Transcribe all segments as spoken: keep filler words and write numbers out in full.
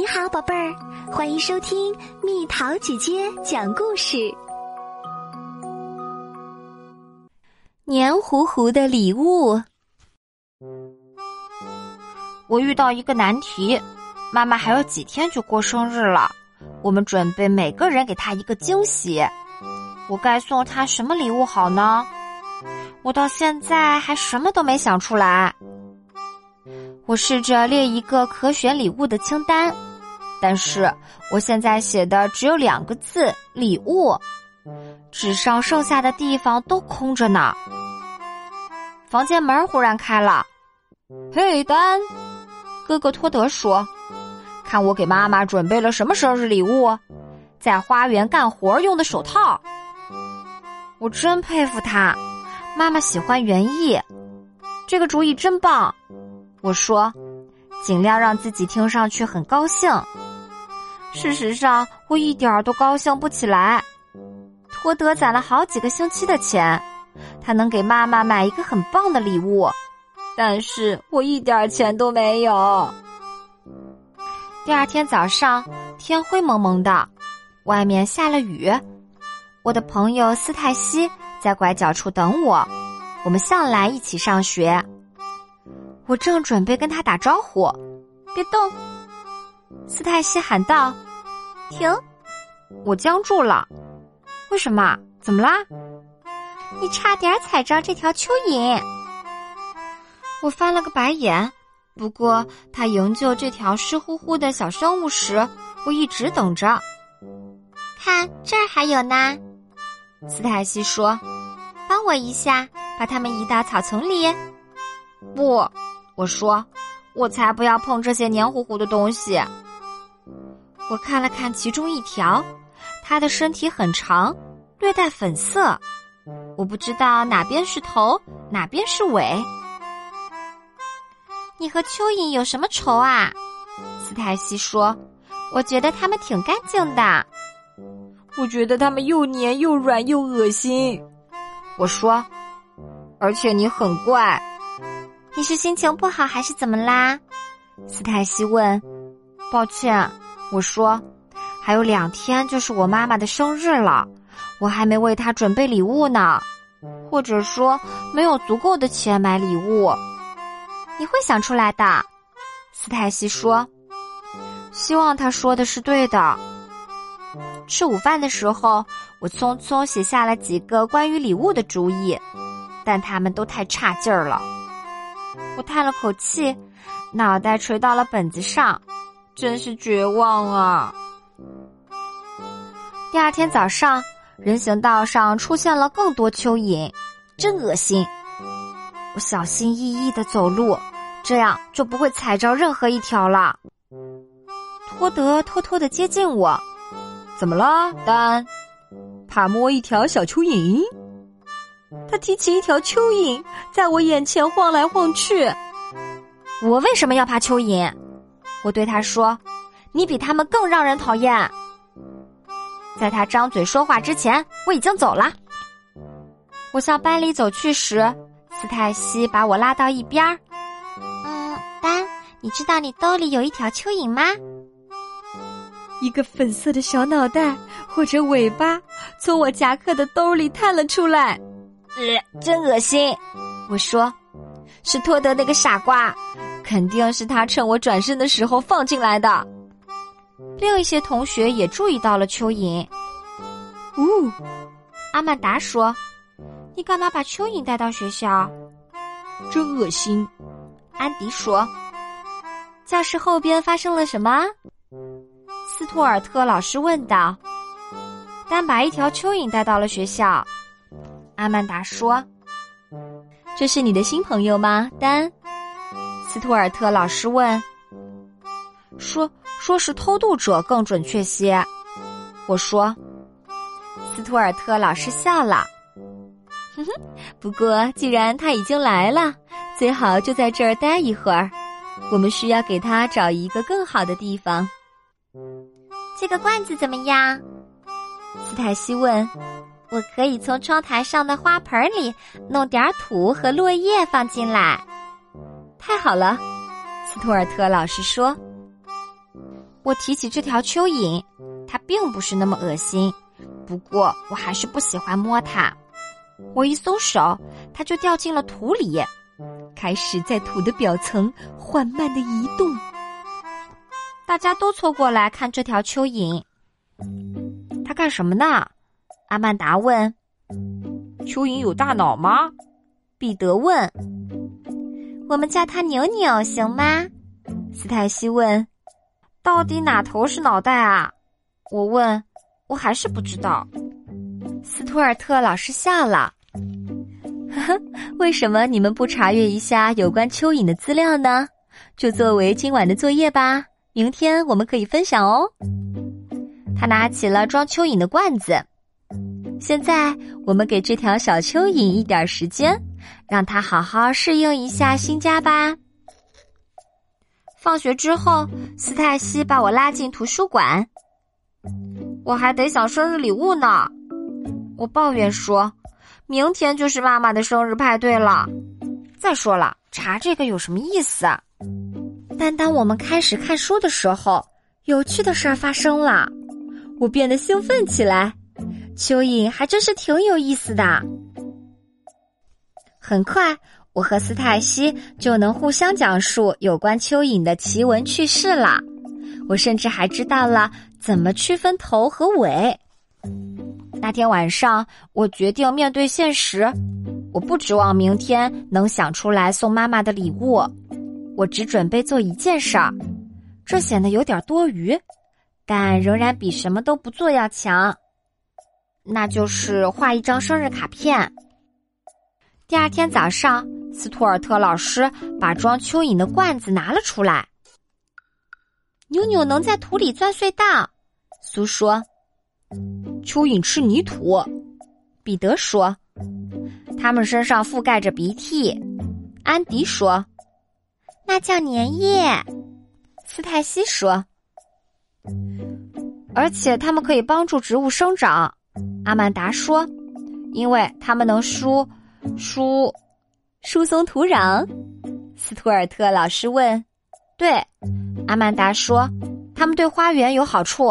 你好，宝贝儿，欢迎收听蜜桃姐姐讲故事。黏糊糊的礼物。 我遇到一个难题，妈妈还有几天就过生日了，我们准备每个人给她一个惊喜。我该送她什么礼物好呢？我到现在还什么都没想出来。我试着列一个可选礼物的清单，但是我现在写的只有两个字：礼物。纸上剩下的地方都空着呢。房间门忽然开了。嘿，丹，哥哥托德说，看我给妈妈准备了什么生日礼物，在花园干活用的手套。我真佩服他，妈妈喜欢园艺，这个主意真棒。我说，尽量让自己听上去很高兴。事实上，我一点儿都高兴不起来。托德攒了好几个星期的钱，他能给妈妈买一个很棒的礼物，但是我一点钱都没有。第二天早上，天灰蒙蒙的，外面下了雨。我的朋友斯泰西在拐角处等我，我们向来一起上学。我正准备跟他打招呼，别动！斯泰西喊道：“停！”我僵住了。为什么？怎么啦？ 你差点踩着这条蚯蚓。 我翻了个白眼，不过他营救这条湿乎乎的小生物时，我一直等着。 看，这儿还有呢。 斯泰西说：“ 帮我一下，把它们移到草丛里。” 不，我说，我才不要碰这些黏糊糊的东西。我看了看其中一条，它的身体很长，略带粉色，我不知道哪边是头，哪边是尾。 你和蚯蚓有什么仇啊？ 斯泰西说， 我觉得它们挺干净的。 我觉得它们又黏又软又恶心。我说，而且你很怪。 你是心情不好还是怎么啦？ 斯泰西问。抱歉，我说，还有两天就是我妈妈的生日了，我还没为她准备礼物呢，或者说没有足够的钱买礼物。 你会想出来的， 斯泰西说。希望他说的是对的。吃午饭的时候，我匆匆写下了几个关于礼物的主意，但他们都太差劲儿了。我叹了口气，脑袋垂到了本子上，真是绝望啊。第二天早上，人行道上出现了更多蚯蚓，真恶心。我小心翼翼地走路，这样就不会踩着任何一条了。托德偷偷地接近我。怎么了，丹？怕摸一条小蚯蚓？他提起一条蚯蚓，在我眼前晃来晃去。我为什么要怕蚯蚓？我对他说，你比他们更让人讨厌。在他张嘴说话之前，我已经走了。我向班里走去时，斯泰西把我拉到一边。 嗯，丹，你知道你兜里有一条蚯蚓吗？ 一个粉色的小脑袋或者尾巴从我夹克的兜里探了出来。呃，真恶心。我说，是托德那个傻瓜，肯定是他趁我转身的时候放进来的。另一些同学也注意到了蚯蚓。 呜、哦，阿曼达说，你干嘛把蚯蚓带到学校？ 真恶心。 安迪说，教室后边发生了什么？ 斯图尔特老师问道。丹把一条蚯蚓带到了学校。阿曼达说，这是你的新朋友吗，丹？斯图尔特老师问。说说是偷渡者更准确些。我说。斯图尔特老师笑了。哼哼，不过既然他已经来了，最好就在这儿待一会儿。我们需要给他找一个更好的地方。 这个罐子怎么样？ 斯泰西问。 我可以从窗台上的花盆里弄点土和落叶放进来。 太好了，斯图尔特老师说。 我提起这条蚯蚓，它并不是那么恶心，不过我还是不喜欢摸它。我一松手，它就掉进了土里，开始在土的表层缓慢地移动。大家都凑过来看这条蚯蚓。它干什么呢？阿曼达问。 蚯蚓有大脑吗？ 彼得问。 我们叫它牛牛行吗？ 斯泰西问。到底哪头是脑袋啊？我问。我还是不知道。斯图尔特老师笑了。呵呵，为什么你们不查阅一下有关蚯蚓的资料呢？就作为今晚的作业吧，明天我们可以分享哦。他拿起了装蚯蚓的罐子。现在我们给这条小蚯蚓一点时间，让它好好适应一下新家吧。放学之后，斯泰西把我拉进图书馆。我还得想生日礼物呢，我抱怨说，明天就是妈妈的生日派对了。再说了，查这个有什么意思啊？但当我们开始看书的时候，有趣的事儿发生了，我变得兴奋起来。蚯蚓还真是挺有意思的。很快，我和斯泰西就能互相讲述有关蚯蚓的奇闻趣事了。我甚至还知道了怎么区分头和尾。那天晚上，我决定面对现实，我不指望明天能想出来送妈妈的礼物，我只准备做一件事儿，这显得有点多余，但仍然比什么都不做要强。那就是画一张生日卡片。第二天早上，斯图尔特老师把装蚯蚓的罐子拿了出来。牛牛能在土里钻隧道，苏说。 蚯蚓吃泥土， 彼得说。它们身上覆盖着鼻涕，安迪说。 那叫粘液， 斯泰西说。而且它们可以帮助植物生长，阿曼达说，因为它们能疏疏疏松土壤。斯图尔特老师问。对，阿曼达说，它们对花园有好处。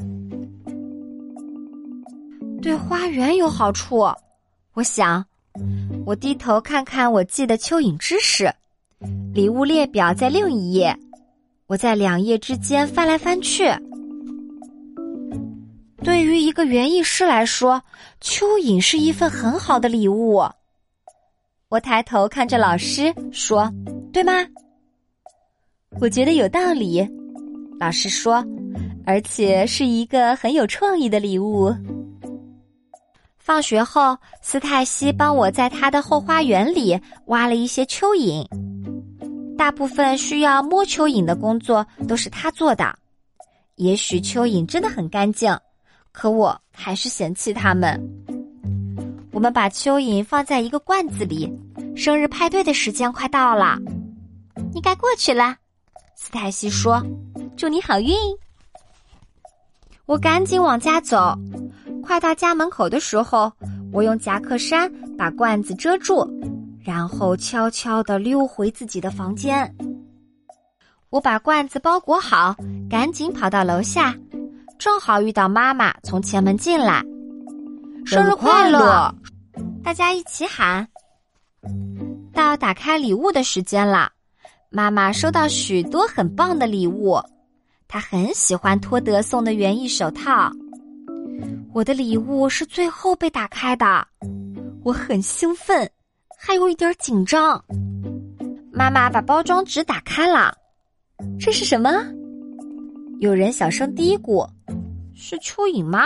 对花园有好处，我想。我低头看看我记的蚯蚓知识，礼物列表在另一页，我在两页之间翻来翻去。对于一个园艺师来说，蚯蚓是一份很好的礼物。我抬头看着老师说，对吗？我觉得有道理，老师说，而且是一个很有创意的礼物。放学后，斯泰西帮我在他的后花园里挖了一些蚯蚓。大部分需要摸蚯蚓的工作都是他做的。也许蚯蚓真的很干净，可我还是嫌弃它们。我们把蚯蚓放在一个罐子里，生日派对的时间快到了。你该过去了，斯泰西说，祝你好运。我赶紧往家走，快到家门口的时候，我用夹克衫把罐子遮住，然后悄悄地溜回自己的房间。我把罐子包裹好，赶紧跑到楼下，正好遇到妈妈从前门进来。生日快乐！大家一起喊。到打开礼物的时间了，妈妈收到许多很棒的礼物，她很喜欢托德送的园艺手套。我的礼物是最后被打开的，我很兴奋，还有一点紧张。妈妈把包装纸打开了，这是什么？有人小声嘀咕，是蚯蚓吗？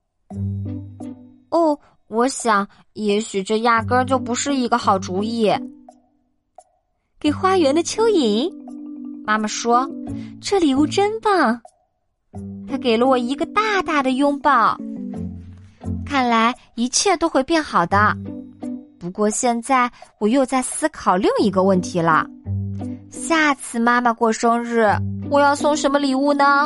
哦，我想也许这压根儿就不是一个好主意。给花园的蚯蚓，妈妈说，这礼物真棒。她给了我一个大大的拥抱。看来一切都会变好的。不过现在我又在思考另一个问题了。下次妈妈过生日，我要送什么礼物呢？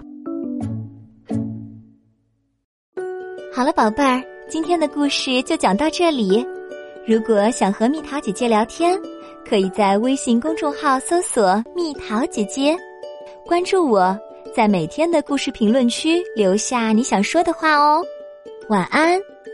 好了，宝贝儿，今天的故事就讲到这里。如果想和蜜桃姐姐聊天，可以在微信公众号搜索蜜桃姐姐，关注我， 在每天的故事评论区留下你想说的话哦。晚安。